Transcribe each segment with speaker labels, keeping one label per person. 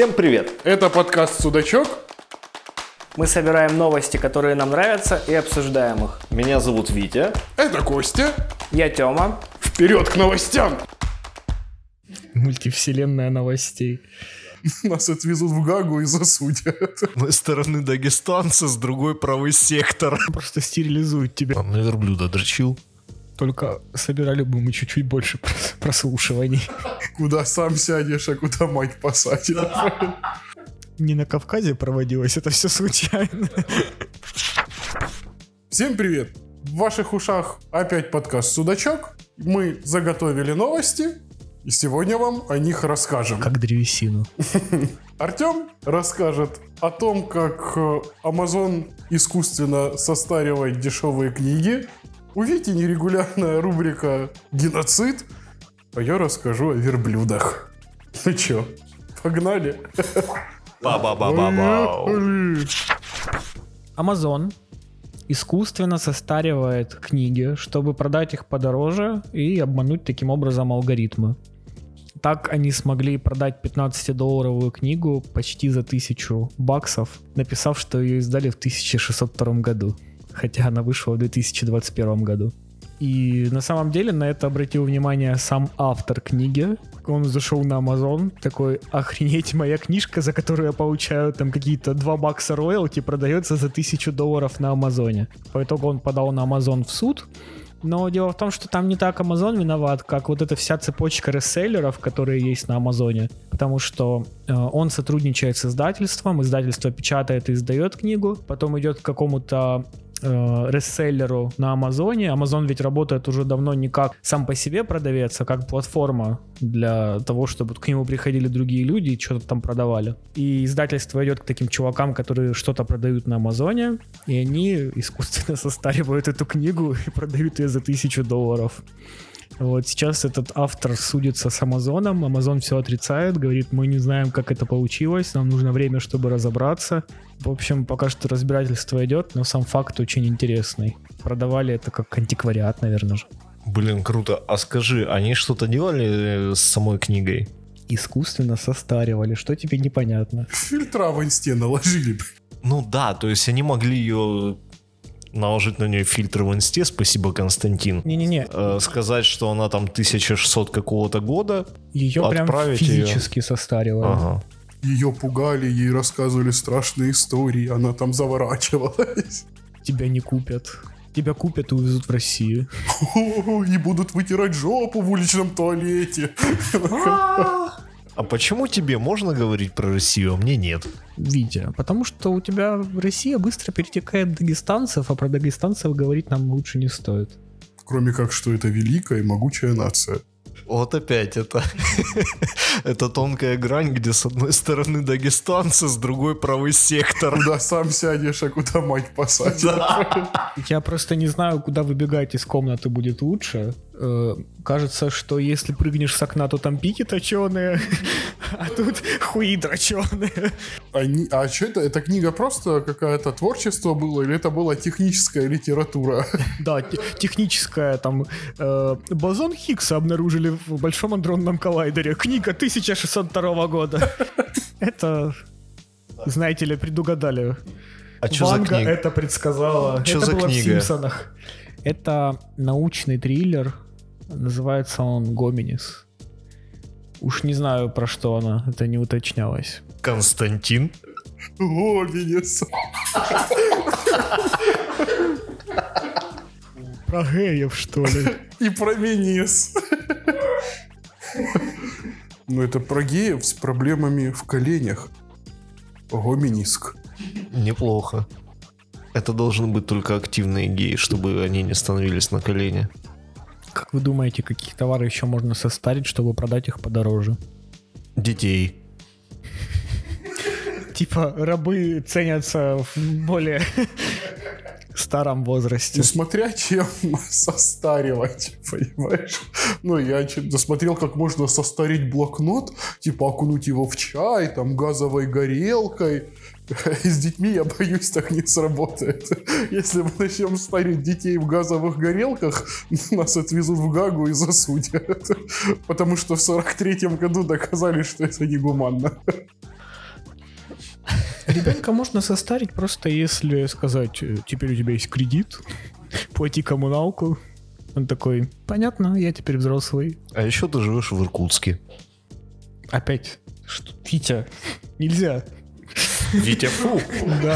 Speaker 1: Всем привет!
Speaker 2: Это подкаст «Судачок».
Speaker 3: Мы собираем новости, которые нам нравятся, и обсуждаем их.
Speaker 1: Меня зовут Витя.
Speaker 2: Это Костя.
Speaker 3: Я Тёма.
Speaker 2: Вперед к новостям!
Speaker 4: Мультивселенная новостей.
Speaker 2: Нас отвезут в Гагу и засудят.
Speaker 5: С одной стороны дагестанцы, с другой правый сектор.
Speaker 4: Просто стерилизуют тебя.
Speaker 5: На верблюда дрочил.
Speaker 4: Только собирали бы мы чуть-чуть больше прослушиваний.
Speaker 2: Куда сам сядешь, а куда мать посадит.
Speaker 4: Не на Кавказе проводилось, это все случайно.
Speaker 2: Всем привет! В ваших ушах опять подкаст «Судачок». Мы заготовили новости, и сегодня вам о них расскажем.
Speaker 4: Как древесину.
Speaker 2: Артем расскажет о том, как Amazon искусственно состаривает дешевые книги. У Вити нерегулярная рубрика «Геноцид», а я расскажу о верблюдах. Ну чё, погнали?
Speaker 5: Ба-ба-ба-ба-бау.
Speaker 4: Amazon искусственно состаривает книги, чтобы продать их подороже и обмануть таким образом алгоритмы. Так они смогли продать 15-долларовую книгу почти за $1000, написав, что ее издали в 1602 году, хотя она вышла в 2021 году. И на самом деле на это обратил внимание сам автор книги. Он зашел на Amazon, такой: охренеть, моя книжка, за которую я получаю там какие-то $2 роялти, продается за $1000 на Амазоне. По итогу он подал на Amazon в суд. Но дело в том, что там не так Amazon виноват, как вот эта вся цепочка реселлеров, которые есть на Амазоне. Потому что он сотрудничает с издательством, издательство печатает и издает книгу, потом идет к какому-то реселлеру на Амазоне. Amazon ведь работает уже давно не как сам по себе продавец, а как платформа для того, чтобы к нему приходили другие люди и что-то там продавали. И издательство идет к таким чувакам, которые что-то продают на Амазоне, и они искусственно состаривают эту книгу и продают ее за $1000. Вот сейчас этот автор судится с Амазоном. Амазон все отрицает, говорит: мы не знаем, как это получилось, нам нужно время, чтобы разобраться. В общем, пока что разбирательство идет, но сам факт очень интересный. Продавали это как антиквариат, наверное же.
Speaker 5: Блин, круто. А скажи, они что-то делали с самой книгой?
Speaker 4: Искусственно состаривали, что тебе непонятно?
Speaker 2: Фильтра в инсте наложили.
Speaker 5: Ну да, то есть они могли ее наложить на нее фильтр в инсте, спасибо, Константин.
Speaker 4: Не-не-не.
Speaker 5: Сказать, что она там 1600 какого-то года.
Speaker 4: Ее прям физически состаривали.
Speaker 5: Ага.
Speaker 2: Ее пугали, ей рассказывали страшные истории, она там заворачивалась.
Speaker 4: Тебя не купят. Тебя купят и увезут в Россию.
Speaker 2: И будут вытирать жопу в уличном туалете.
Speaker 5: А почему тебе можно говорить про Россию, а мне нет?
Speaker 4: Витя, потому что у тебя Россия быстро перетекает в дагестанцев, а про дагестанцев говорить нам лучше не стоит.
Speaker 2: Кроме как, что это великая и могучая нация.
Speaker 5: Вот опять это. Это тонкая грань, где с одной стороны дагестанцы, с другой правый сектор.
Speaker 2: Куда сам сядешь, а куда мать посадит.
Speaker 4: Я просто не знаю, куда выбегать из комнаты будет лучше. Кажется, что если прыгнешь с окна, то там пики точеные, а тут хуи дроченые.
Speaker 2: А что это? Эта книга просто какое-то творчество было, или это была техническая литература?
Speaker 4: Да, техническая, там, бозон Хиггса обнаружили в Большом адронном коллайдере. Книга 1602 года. Это, знаете ли, предугадали.
Speaker 5: А что за
Speaker 4: Ванга
Speaker 5: книга?
Speaker 4: это предсказала.
Speaker 5: Чё
Speaker 4: это
Speaker 5: за
Speaker 4: было
Speaker 5: книга?
Speaker 4: в «Симпсонах». Это научный триллер. Называется он «Гоминис». Уж не знаю, про что она. Это не уточнялось.
Speaker 5: Константин?
Speaker 2: Гоминис.
Speaker 4: Про геев, что ли?
Speaker 2: И про Менис. Ну, это про геев с проблемами в коленях. Гоминиск.
Speaker 5: Неплохо. Это должны быть только активные геи, чтобы они не становились на колени.
Speaker 4: Как вы думаете, какие товары еще можно состарить, чтобы продать их подороже?
Speaker 5: Детей.
Speaker 4: Типа рабы ценятся в более старом возрасте.
Speaker 2: Ну, смотря чем состаривать, понимаешь? Ну, я смотрел, как можно состарить блокнот, типа окунуть его в чай, там, газовой горелкой. С детьми, я боюсь, так не сработает. Если мы начнем старить детей в газовых горелках, нас отвезут в Гагу и засудят. Потому что в 43-м году доказали, что это негуманно.
Speaker 4: Ребенка можно состарить просто если сказать, теперь у тебя есть кредит, плати коммуналку. Он такой, понятно, я теперь взрослый.
Speaker 5: А еще ты живешь в Иркутске.
Speaker 4: Опять, что, Витя, нельзя.
Speaker 5: Витя, фу.
Speaker 4: Да.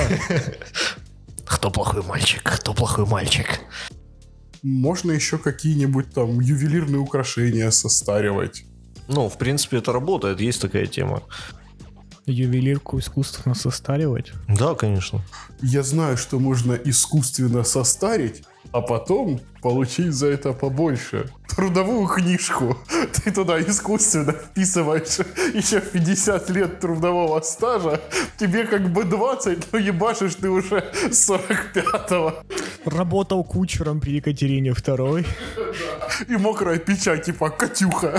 Speaker 5: Кто плохой мальчик? Кто плохой мальчик?
Speaker 2: Можно еще какие-нибудь там ювелирные украшения состаривать.
Speaker 5: Ну, в принципе, это работает, есть такая тема.
Speaker 4: Ювелирку искусственно состаривать.
Speaker 5: Да, конечно.
Speaker 2: Я знаю, что можно искусственно состарить, а потом получить за это побольше. Трудовую книжку. Ты туда искусственно вписываешь еще 50 лет трудового стажа. Тебе как бы 20, но ебашишь ты уже с 45-го.
Speaker 4: Работал кучером при Екатерине II.
Speaker 2: И мокрая печать, типа Катюха.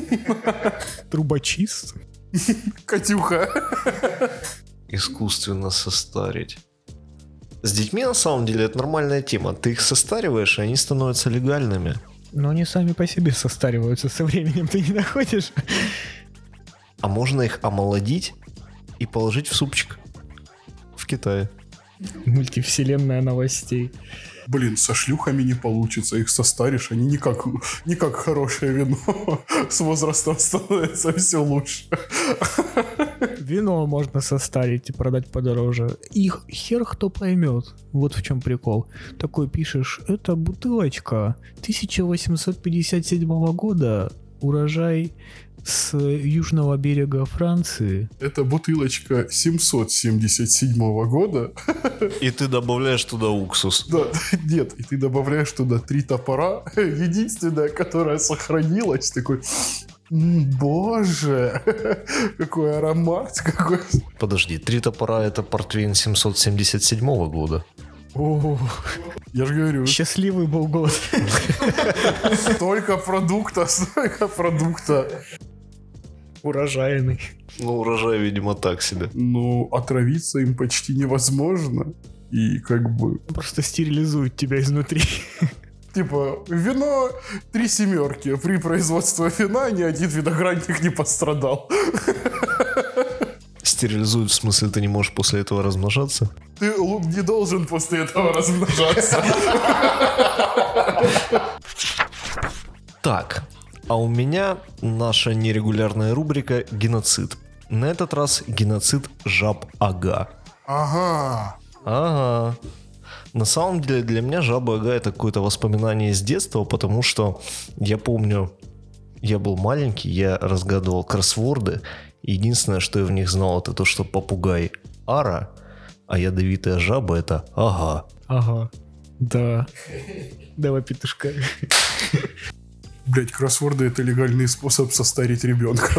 Speaker 4: Трубочист.
Speaker 2: Катюха.
Speaker 5: Искусственно состарить. С детьми, на самом деле, это нормальная тема. Ты их состариваешь, и они становятся легальными.
Speaker 4: Но они сами по себе состариваются со временем, ты не находишь?
Speaker 5: А можно их омолодить и положить в супчик в Китае.
Speaker 4: Мультивселенная новостей.
Speaker 2: Блин, со шлюхами не получится, их состаришь, они не как хорошее вино. С возрастом становится все лучше.
Speaker 4: Вино можно состарить и продать подороже. Их хер кто поймет. Вот в чем прикол. Такой пишешь, это бутылочка 1857 года, урожай с южного берега Франции.
Speaker 2: Это бутылочка 777 года.
Speaker 5: И ты добавляешь туда уксус.
Speaker 2: Да, нет, и ты добавляешь туда 3 топора. Единственная, которая сохранилась. Такой, боже, какой аромат, какой...
Speaker 5: Подожди, 3 топора — это портвейн 777 года.
Speaker 4: О,
Speaker 2: Я же говорю,
Speaker 4: счастливый был год.
Speaker 2: столько продукта.
Speaker 4: Урожайный.
Speaker 5: Ну, урожай, видимо, так себе.
Speaker 2: Ну, отравиться им почти невозможно. И как бы...
Speaker 4: Просто стерилизуют тебя изнутри.
Speaker 2: Типа, вино 3 семерки. При производстве вина ни один виноградник не пострадал.
Speaker 5: Стерилизуют, в смысле, ты не можешь после этого размножаться?
Speaker 2: Ты не должен после этого размножаться.
Speaker 5: Так, а у меня наша нерегулярная рубрика «Геноцид». На этот раз геноцид жаб-ага.
Speaker 2: Ага.
Speaker 5: Ага. На самом деле для меня жаба-ага — это какое-то воспоминание с детства, потому что я помню, я был маленький, я разгадывал кроссворды. Единственное, что я в них знал, это то, что попугай ара, а ядовитая жаба — это ага.
Speaker 4: Ага. Да. Давай, петушка.
Speaker 2: Блять, кроссворды — это легальный способ состарить ребенка.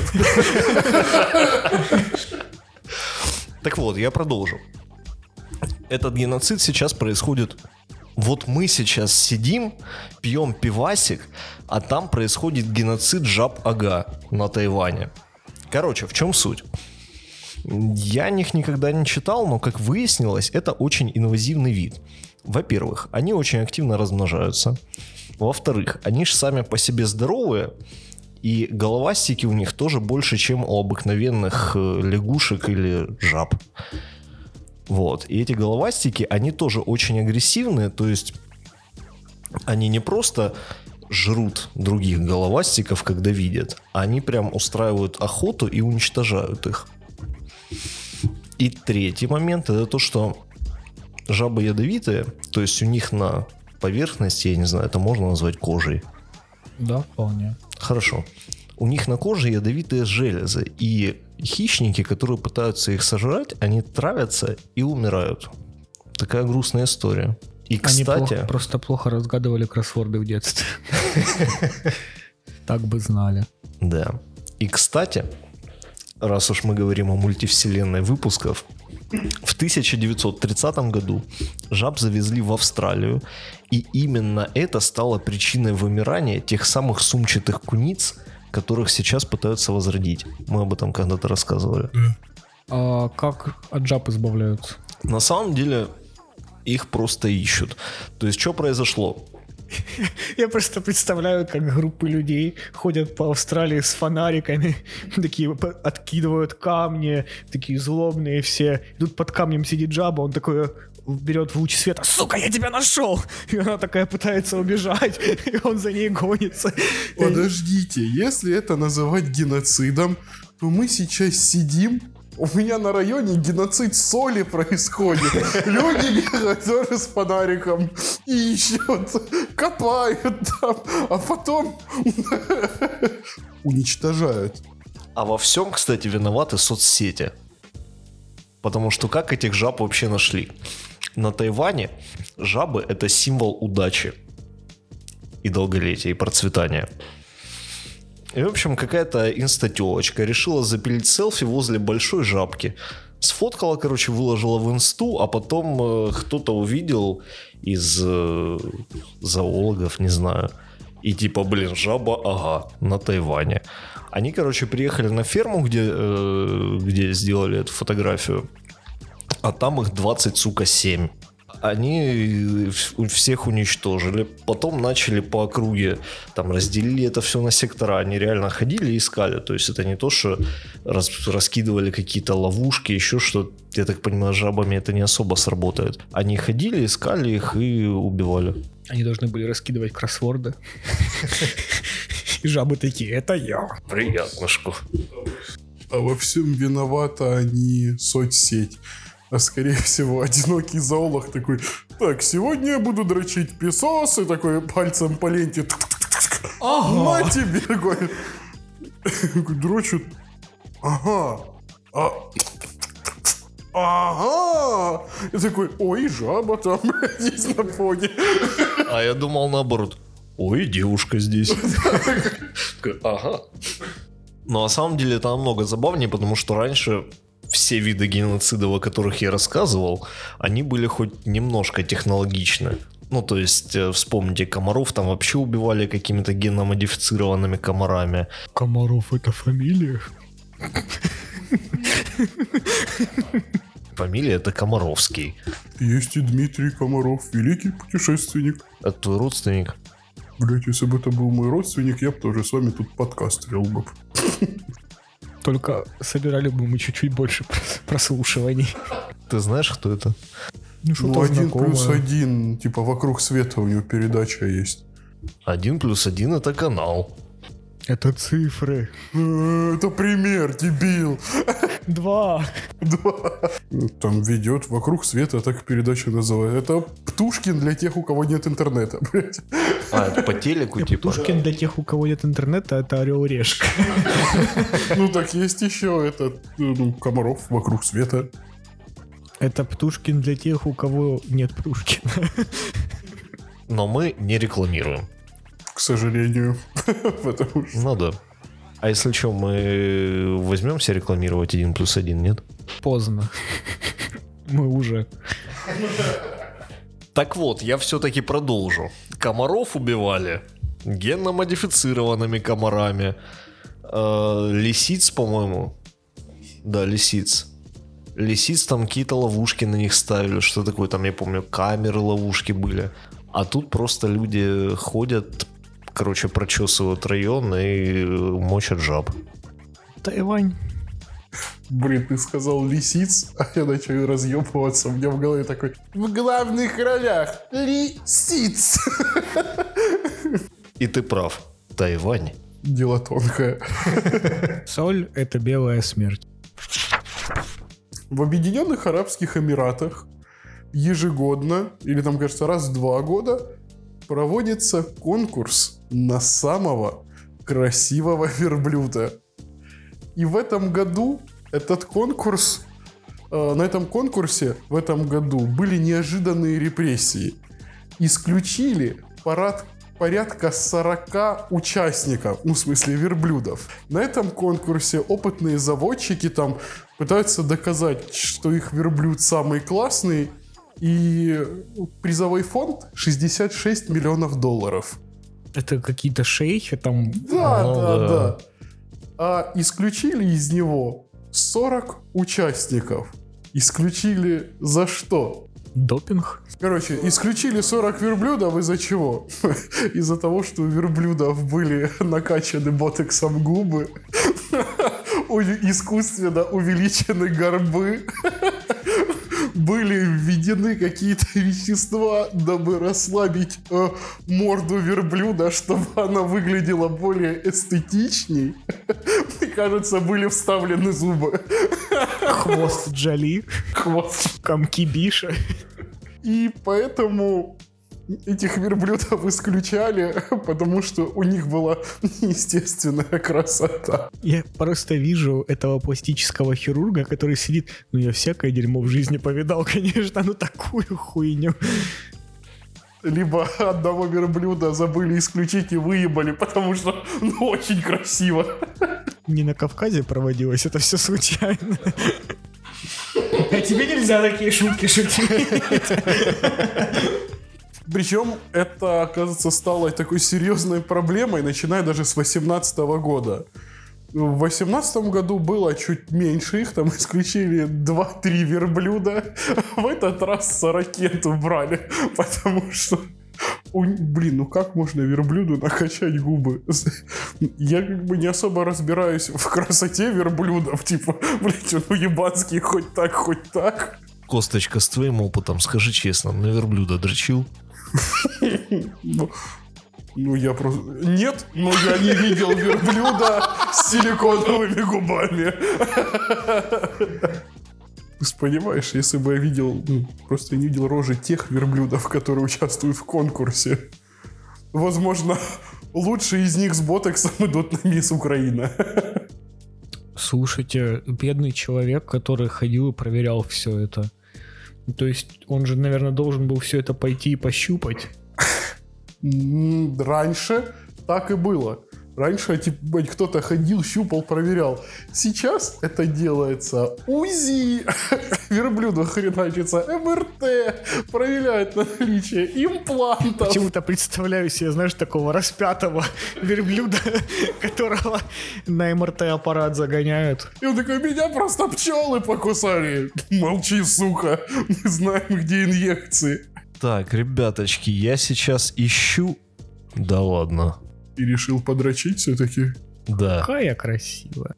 Speaker 5: Так вот, я продолжу. Этот геноцид сейчас происходит... Вот мы сейчас сидим, пьем пивасик, а там происходит геноцид жаб-ага на Тайване. Короче, в чем суть? Я о них никогда не читал, но, как выяснилось, это очень инвазивный вид. Во-первых, они очень активно размножаются. Во-вторых, они же сами по себе здоровые, и головастики у них тоже больше, чем у обыкновенных лягушек или жаб. Вот. И эти головастики, они тоже очень агрессивные, то есть они не просто жрут других головастиков, когда видят, а они прям устраивают охоту и уничтожают их. И третий момент — это то, что жабы ядовитые, то есть у них на поверхности, я не знаю, это можно назвать кожей.
Speaker 4: Да, вполне.
Speaker 5: Хорошо. У них на коже ядовитые железы, и хищники, которые пытаются их сожрать, они травятся и умирают. Такая грустная история. И, кстати...
Speaker 4: Они просто плохо разгадывали кроссворды в детстве. Так бы знали.
Speaker 5: Да. И, кстати, раз уж мы говорим о мультивселенной выпусков, в 1930 году жаб завезли в Австралию, и именно это стало причиной вымирания тех самых сумчатых куниц, которых сейчас пытаются возродить. Мы об этом когда-то рассказывали.
Speaker 4: А как от жаб избавляются?
Speaker 5: На самом деле их просто ищут. То есть что произошло?
Speaker 4: Я просто представляю, как группы людей ходят по Австралии с фонариками, такие откидывают камни, такие злобные все. И тут под камнем сидит жаба, он такой берет в луч света: сука, я тебя нашел! И она такая пытается убежать, и он за ней гонится.
Speaker 2: Подождите, если это называть геноцидом, то мы сейчас сидим, у меня на районе геноцид соли происходит. Люди бегают тоже с фонариком, ищут, копают там, а потом уничтожают.
Speaker 5: А во всем, кстати, виноваты соцсети. Потому что как этих жаб вообще нашли? На Тайване жабы — это символ удачи и долголетия, и процветания. И, в общем, какая-то инстатёлочка решила запилить селфи возле большой жабки. Сфоткала, короче, выложила в инсту, а потом кто-то увидел из зоологов, не знаю. И типа, блин, жаба, ага, на Тайване. Они, короче, приехали на ферму, где сделали эту фотографию. А там их 7. Они всех уничтожили. Потом начали по округе, там разделили это все на сектора. Они реально ходили и искали. То есть это не то, что раскидывали какие-то ловушки, еще что. Я так понимаю, с жабами это не особо сработает. Они ходили, искали их и убивали.
Speaker 4: Они должны были раскидывать кроссворды. И жабы такие: это я.
Speaker 5: Приятнышку.
Speaker 2: А во всем виновата не соцсеть, а скорее всего одинокий зоолог такой: так, сегодня я буду дрочить песос, и такой пальцем по ленте: ага, на тебе, такой дрочит, ага, ага, и такой: ой, жаба там есть на фоне.
Speaker 5: А я думал наоборот: ой, девушка здесь. Ага. Но на самом деле это намного забавнее, потому что раньше все виды геноцидов, о которых я рассказывал, они были хоть немножко технологичны. Ну, то есть, вспомните, комаров там вообще убивали какими-то генно-модифицированными комарами.
Speaker 4: Комаров — это фамилия?
Speaker 5: Фамилия — это Комаровский.
Speaker 2: Есть и Дмитрий Комаров, великий путешественник.
Speaker 5: Это твой родственник?
Speaker 2: Блять, если бы это был мой родственник, я бы тоже с вами тут подкаст вел бы.
Speaker 4: Только собирали бы мы чуть-чуть больше прослушиваний.
Speaker 5: Ты знаешь, кто это?
Speaker 4: Ну,
Speaker 2: Ну, 1+1, типа «Вокруг света» у него передача есть.
Speaker 5: 1+1 это канал.
Speaker 4: Это цифры.
Speaker 2: Это пример, дебил.
Speaker 4: 2.
Speaker 2: Там ведет «Вокруг света», так передача называется. Это Птушкин для тех, у кого нет интернета, блядь.
Speaker 5: А, это по телеку типа?
Speaker 4: Птушкин для тех, у кого нет интернета, это Орел и Решка.
Speaker 2: Ну так есть еще этот Комаров «Вокруг света».
Speaker 4: Это Птушкин для тех, у кого нет Птушкина.
Speaker 5: Но мы не рекламируем.
Speaker 2: К сожалению. Потому что...
Speaker 5: Ну да. А если что, мы возьмемся рекламировать 1+1, нет?
Speaker 4: Поздно. Мы уже.
Speaker 5: Так вот, я все-таки продолжу. Комаров убивали генно-модифицированными комарами. Лисиц, по-моему. Да, лисиц. Лисиц, там какие-то ловушки на них ставили. Что такое, там, я помню, камеры, ловушки были. А тут просто люди ходят, короче, прочесывают район и мочат жаб.
Speaker 4: Тайвань.
Speaker 2: Блин, ты сказал лисиц, а я начал разъебываться. У меня в голове такой: в главных ролях лисиц.
Speaker 5: И ты прав. Тайвань.
Speaker 2: Дело тонкое.
Speaker 4: Соль — это белая смерть.
Speaker 2: В Объединенных Арабских Эмиратах ежегодно, или там, кажется, раз в 2 года, проводится конкурс на самого красивого верблюда. И в этом году этот конкурс, на этом конкурсе в этом году были неожиданные репрессии. Исключили порядка 40 участников, ну, в смысле, верблюдов. На этом конкурсе опытные заводчики там пытаются доказать, что их верблюд самый классный, и призовой фонд $66 миллионов.
Speaker 4: Это какие-то шейхи там.
Speaker 2: Да. А исключили из него 40 участников. Исключили за что?
Speaker 4: Допинг?
Speaker 2: Короче, исключили 40 верблюдов из-за чего? Из-за того, что у верблюдов были накачаны ботоксом губы, искусственно увеличены горбы, были введены какие-то вещества, дабы расслабить морду верблюда, чтобы она выглядела более эстетичней. И, кажется, были вставлены зубы.
Speaker 4: Хвост Джоли.
Speaker 2: Хвост.
Speaker 4: Комки Биша.
Speaker 2: И поэтому этих верблюдов исключали, потому что у них была неестественная красота.
Speaker 4: Я просто вижу этого пластического хирурга, который сидит, я всякое дерьмо в жизни повидал, конечно, такую хуйню.
Speaker 2: Либо одного верблюда забыли исключить и выебали, потому что, очень красиво.
Speaker 4: Не на Кавказе проводилось это все случайно. А тебе нельзя такие шутки шутить.
Speaker 2: Причем это, оказывается, стало такой серьезной проблемой, начиная даже с 2018 года. В 2018 году было чуть меньше их, там исключили 2-3 верблюда. В этот раз 40 убрали, потому что... как можно верблюду накачать губы? Я не особо разбираюсь в красоте верблюдов. Он ебанский хоть так.
Speaker 5: Косточка, с твоим опытом, скажи честно, на верблюда дрочил?
Speaker 2: Я просто... Нет, но я не видел верблюда с силиконовыми губами. Ты понимаешь, если бы я видел... просто не видел рожи тех верблюдов, которые участвуют в конкурсе. Возможно, лучшие из них с ботоксом идут на Мисс Украина.
Speaker 4: Слушайте, бедный человек, который ходил и проверял все это. То есть он же, наверное, должен был все это пойти и пощупать.
Speaker 2: Раньше так и было. Раньше кто-то ходил, щупал, проверял. Сейчас это делается УЗИ, верблюду хреначится МРТ, проверяют на наличие имплантов.
Speaker 4: Почему-то представляю себе, знаешь, такого распятого верблюда, которого на МРТ-аппарат загоняют.
Speaker 2: И он такой, меня просто пчелы покусали. Молчи, сука, мы знаем, где инъекции.
Speaker 5: Так, ребяточки, я сейчас ищу... Да ладно.
Speaker 2: И решил подрочить все-таки?
Speaker 5: Да.
Speaker 4: Какая красивая.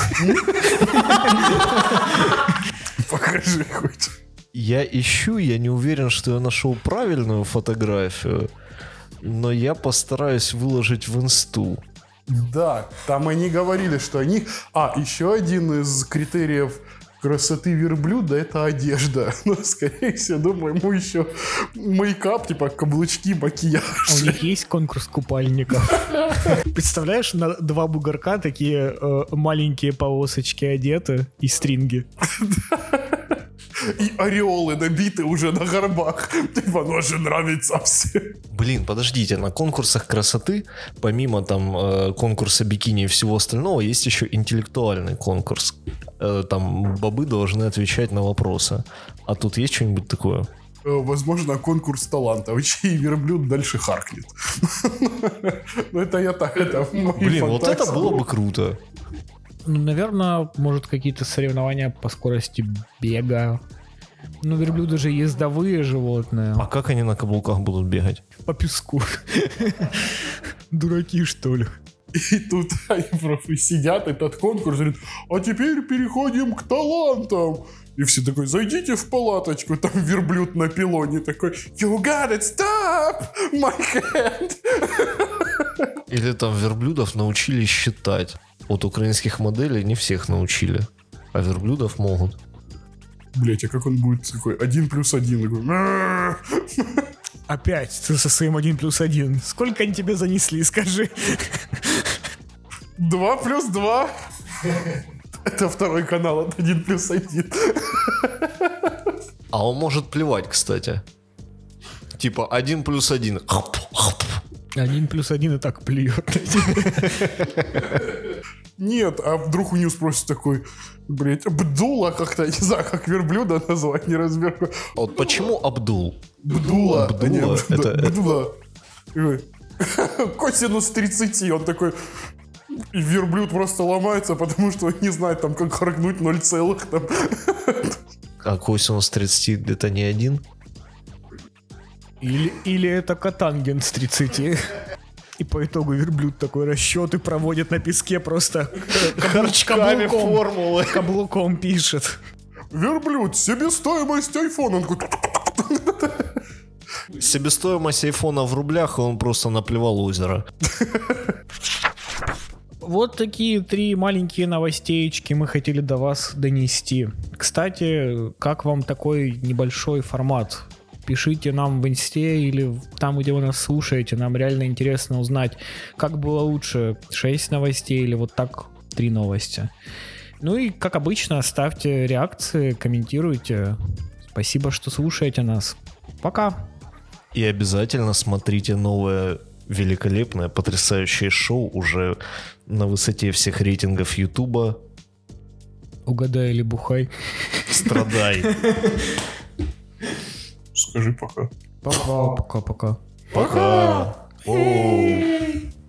Speaker 2: Покажи хоть.
Speaker 5: Я ищу, я не уверен, что я нашел правильную фотографию, но я постараюсь выложить в инсту.
Speaker 2: Да, там они говорили, что они... еще один из критериев красоты верблюда — это одежда. Но, скорее всего, думаю, ему еще мейкап, каблучки, макияж.
Speaker 4: А у них есть конкурс купальников? Представляешь, на 2 бугорка такие маленькие полосочки одеты и стринги.
Speaker 2: И ореолы набиты уже на горбах. Оно же нравится всем.
Speaker 5: Блин, подождите, на конкурсах красоты, помимо конкурса бикини и всего остального, есть еще интеллектуальный конкурс. Там бобы должны отвечать на вопросы. А тут есть что-нибудь такое?
Speaker 2: Возможно, конкурс талантов, чей верблюд дальше харкнет. Но это я так, это мои
Speaker 5: Блин, вот
Speaker 2: фантазии.
Speaker 5: это было бы круто.
Speaker 4: Наверное, может, какие-то соревнования по скорости бега. Верблюды же ездовые животные.
Speaker 5: А как они на каблуках будут бегать?
Speaker 4: По песку. Дураки, что ли?
Speaker 2: И тут они просто сидят, этот конкурс, говорят, а теперь переходим к талантам. И все такой, зайдите в палаточку, там верблюд на пилоне такой, you got it, stop, my hand.
Speaker 5: Или там верблюдов научили считать. Вот украинских моделей не всех научили, а верблюдов могут.
Speaker 2: Блять, а как он будет такой, 1+1, такой,
Speaker 4: Опять ты со своим 1+1. Сколько они тебе занесли, скажи?
Speaker 2: 2+2. Это второй канал, это 1+1.
Speaker 5: А он может плевать, кстати. 1+1.
Speaker 4: 1+1 и так плюет.
Speaker 2: Нет, а вдруг у него спросят такой, Бдула как-то, не знаю, как верблюда назвать, не разберу.
Speaker 5: Вот почему Абдул?
Speaker 2: Бдула.
Speaker 5: Бдула,
Speaker 2: Бдула. Косинус 30, он такой... И верблюд просто ломается, потому что он не знает, как харкнуть 0, там.
Speaker 5: А косинус 30 это не 1?
Speaker 4: Или это Катангент с 30. И по итогу верблюд такой расчеты проводит на песке, просто
Speaker 5: Харчками формулы.
Speaker 4: каблуком пишет.
Speaker 2: Верблюд, себестоимость айфона. Он такой,
Speaker 5: Себестоимость айфона в рублях, и он просто наплевал озеро.
Speaker 4: Вот такие 3 маленькие новостеечки мы хотели до вас донести. Кстати, как вам такой небольшой формат? Пишите нам в инсте или там, где вы нас слушаете. Нам реально интересно узнать, как было лучше, 6 новостей или вот так 3 новости. Ну и, как обычно, ставьте реакции, комментируйте. Спасибо, что слушаете нас. Пока!
Speaker 5: И обязательно смотрите новое великолепное, потрясающее шоу уже на высоте всех рейтингов Ютуба.
Speaker 4: Угадай или бухай.
Speaker 5: Страдай.
Speaker 2: скажи пока.
Speaker 4: Пока. Пока.
Speaker 5: Пока. Оу.